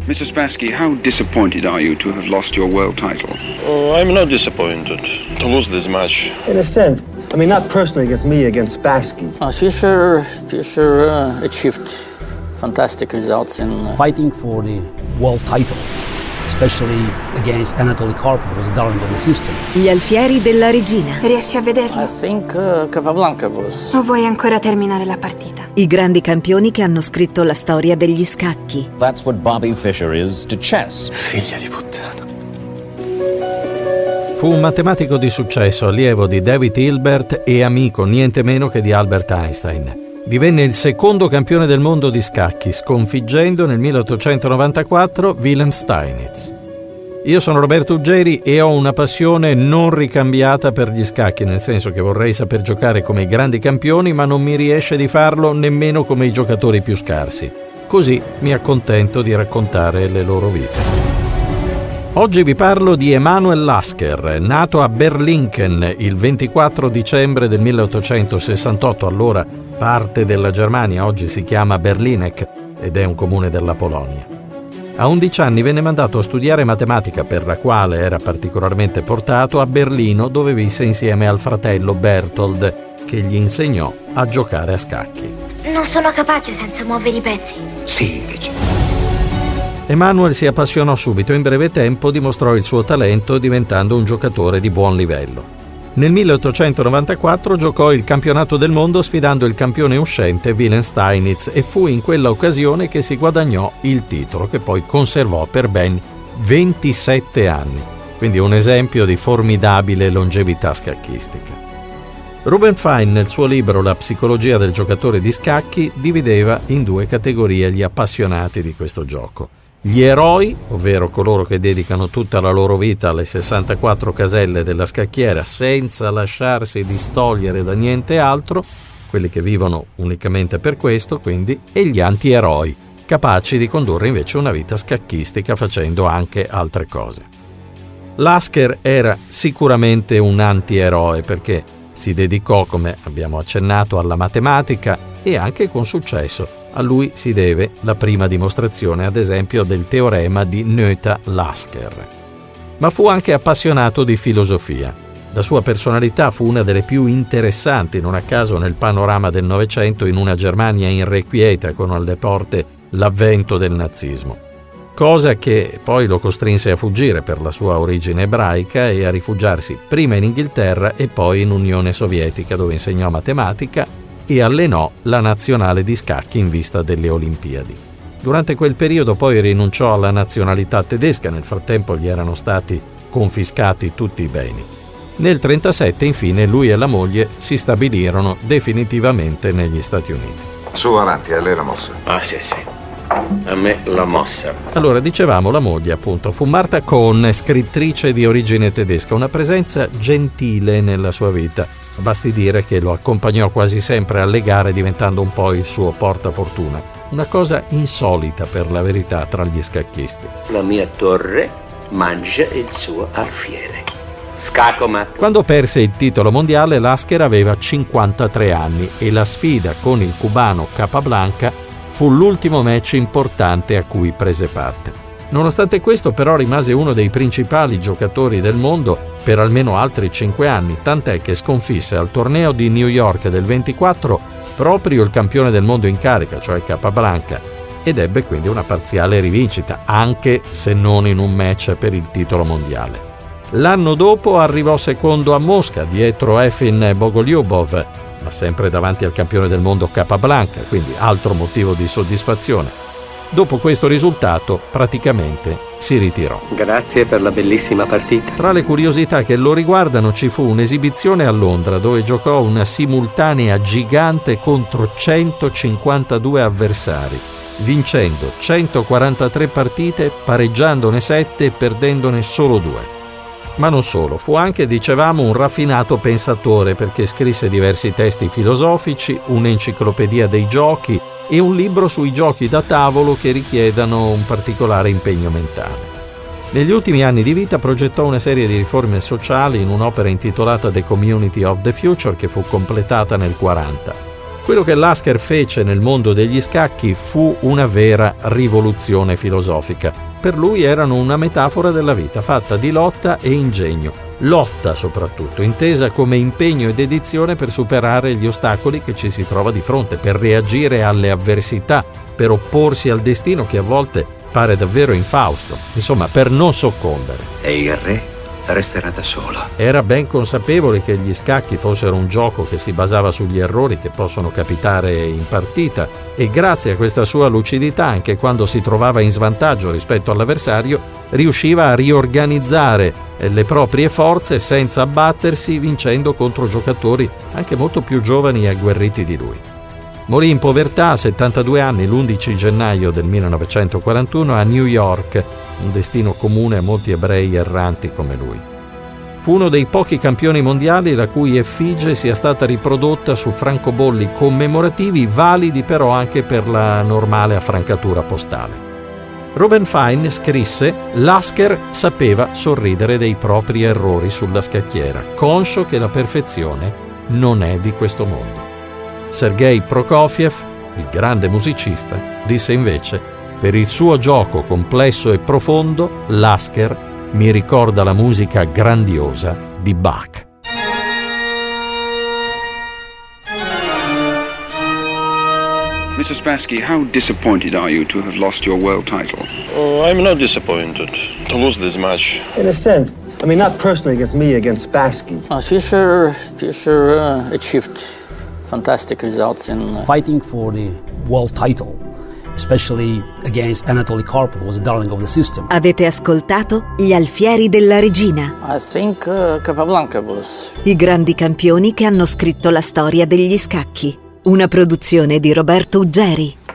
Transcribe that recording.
Mr. Spassky, how disappointed are you to have lost your world title? Oh, I'm not disappointed to lose this match. In a sense, I mean, not personally against me, against Spassky. Fischer achieved fantastic results in fighting for the world title, especially against Anatoly Karpov, who was a darling of the system. Gli alfieri della regina. Riesci a vederlo? I think Capablanca was. O vuoi ancora terminare la partita? I grandi campioni che hanno scritto la storia degli scacchi. That's what Bobby Fischer is to chess. Figlia di puttana. Fu un matematico di successo, allievo di David Hilbert e amico niente meno che di Albert Einstein. Divenne il secondo campione del mondo di scacchi, sconfiggendo nel 1894 Wilhelm Steinitz. Io sono Roberto Uggeri e ho una passione non ricambiata per gli scacchi, nel senso che vorrei saper giocare come i grandi campioni, ma non mi riesce di farlo nemmeno come i giocatori più scarsi. Così mi accontento di raccontare le loro vite. Oggi vi parlo di Emanuel Lasker, nato a Berlinken il 24 dicembre del 1868, allora parte della Germania, oggi si chiama Berlinek ed è un comune della Polonia. A 11 anni venne mandato a studiare matematica, per la quale era particolarmente portato, a Berlino, dove visse insieme al fratello Berthold, che gli insegnò a giocare a scacchi. Non sono capace senza muovere i pezzi. Sì, invece. Emanuel si appassionò subito e in breve tempo dimostrò il suo talento diventando un giocatore di buon livello. Nel 1894 giocò il campionato del mondo sfidando il campione uscente Wilhelm Steinitz e fu in quella occasione che si guadagnò il titolo, che poi conservò per ben 27 anni. Quindi un esempio di formidabile longevità scacchistica. Ruben Fine, nel suo libro La psicologia del giocatore di scacchi, divideva in due categorie gli appassionati di questo gioco. Gli eroi, ovvero coloro che dedicano tutta la loro vita alle 64 caselle della scacchiera senza lasciarsi distogliere da niente altro, quelli che vivono unicamente per questo, quindi, e gli antieroi, capaci di condurre invece una vita scacchistica facendo anche altre cose. Lasker era sicuramente un antieroe perché si dedicò, come abbiamo accennato, alla matematica e anche con successo. A lui si deve la prima dimostrazione, ad esempio, del teorema di Noether-Lasker. Ma fu anche appassionato di filosofia. La sua personalità fu una delle più interessanti, non a caso nel panorama del Novecento, in una Germania irrequieta con alle porte l'avvento del nazismo. Cosa che poi lo costrinse a fuggire per la sua origine ebraica e a rifugiarsi prima in Inghilterra e poi in Unione Sovietica, dove insegnò matematica e allenò la nazionale di scacchi in vista delle Olimpiadi. Durante quel periodo poi rinunciò alla nazionalità tedesca, nel frattempo gli erano stati confiscati tutti i beni. Nel 1937 infine lui e la moglie si stabilirono definitivamente negli Stati Uniti. Su, avanti, a lei la mossa. Ah sì, a me la mossa. Allora, dicevamo, la moglie appunto fu Martha Cohn, scrittrice di origine tedesca, una presenza gentile nella sua vita. Basti dire che lo accompagnò quasi sempre alle gare, diventando un po' il suo portafortuna. Una cosa insolita, per la verità, tra gli scacchisti. La mia torre mangia il suo alfiere. Scaccomat. Quando perse il titolo mondiale, Lasker aveva 53 anni e la sfida con il cubano Capablanca fu l'ultimo match importante a cui prese parte. Nonostante questo, però, rimase uno dei principali giocatori del mondo per almeno altri 5 anni, tant'è che sconfisse al torneo di New York del 24 proprio il campione del mondo in carica, cioè Capablanca, ed ebbe quindi una parziale rivincita, anche se non in un match per il titolo mondiale. L'anno dopo arrivò secondo a Mosca, dietro Efim Bogolyubov, ma sempre davanti al campione del mondo Capablanca, quindi altro motivo di soddisfazione. Dopo questo risultato, praticamente si ritirò. Grazie per la bellissima partita. Tra le curiosità che lo riguardano ci fu un'esibizione a Londra dove giocò una simultanea gigante contro 152 avversari, vincendo 143 partite, pareggiandone 7 e perdendone solo 2. Ma non solo, fu anche, dicevamo, un raffinato pensatore perché scrisse diversi testi filosofici, un'enciclopedia dei giochi e un libro sui giochi da tavolo che richiedano un particolare impegno mentale. Negli ultimi anni di vita progettò una serie di riforme sociali in un'opera intitolata The Community of the Future che fu completata nel 1940. Quello che Lasker fece nel mondo degli scacchi fu una vera rivoluzione filosofica. Per lui erano una metafora della vita, fatta di lotta e ingegno. Lotta soprattutto, intesa come impegno e dedizione per superare gli ostacoli che ci si trova di fronte, per reagire alle avversità, per opporsi al destino che a volte pare davvero infausto, insomma, per non soccombere. E il re resterà da solo. Era ben consapevole che gli scacchi fossero un gioco che si basava sugli errori che possono capitare in partita e grazie a questa sua lucidità, anche quando si trovava in svantaggio rispetto all'avversario, riusciva a riorganizzare le proprie forze senza abbattersi, vincendo contro giocatori anche molto più giovani e agguerriti di lui. Morì in povertà a 72 anni l'11 gennaio del 1941 a New York, un destino comune a molti ebrei erranti come lui. Fu uno dei pochi campioni mondiali la cui effigie sia stata riprodotta su francobolli commemorativi, validi però anche per la normale affrancatura postale. Reuben Fine scrisse: Lasker sapeva sorridere dei propri errori sulla scacchiera, conscio che la perfezione non è di questo mondo. Sergei Prokofiev, il grande musicista, disse invece: per il suo gioco complesso e profondo, Lasker mi ricorda la musica grandiosa di Bach. Mr. Spassky, how disappointed are you to have lost your world title? Oh, I'm not disappointed to lose this match. In a sense, I mean, not personally against me, against Spassky. Fischer achieved fantastic results in fighting for the world title, especially against Anatoly Karpov, was a darling of the system. Avete ascoltato Gli alfieri della regina? I think Capablanca was. I grandi campioni che hanno scritto la storia degli scacchi. Una produzione di Roberto Uggeri.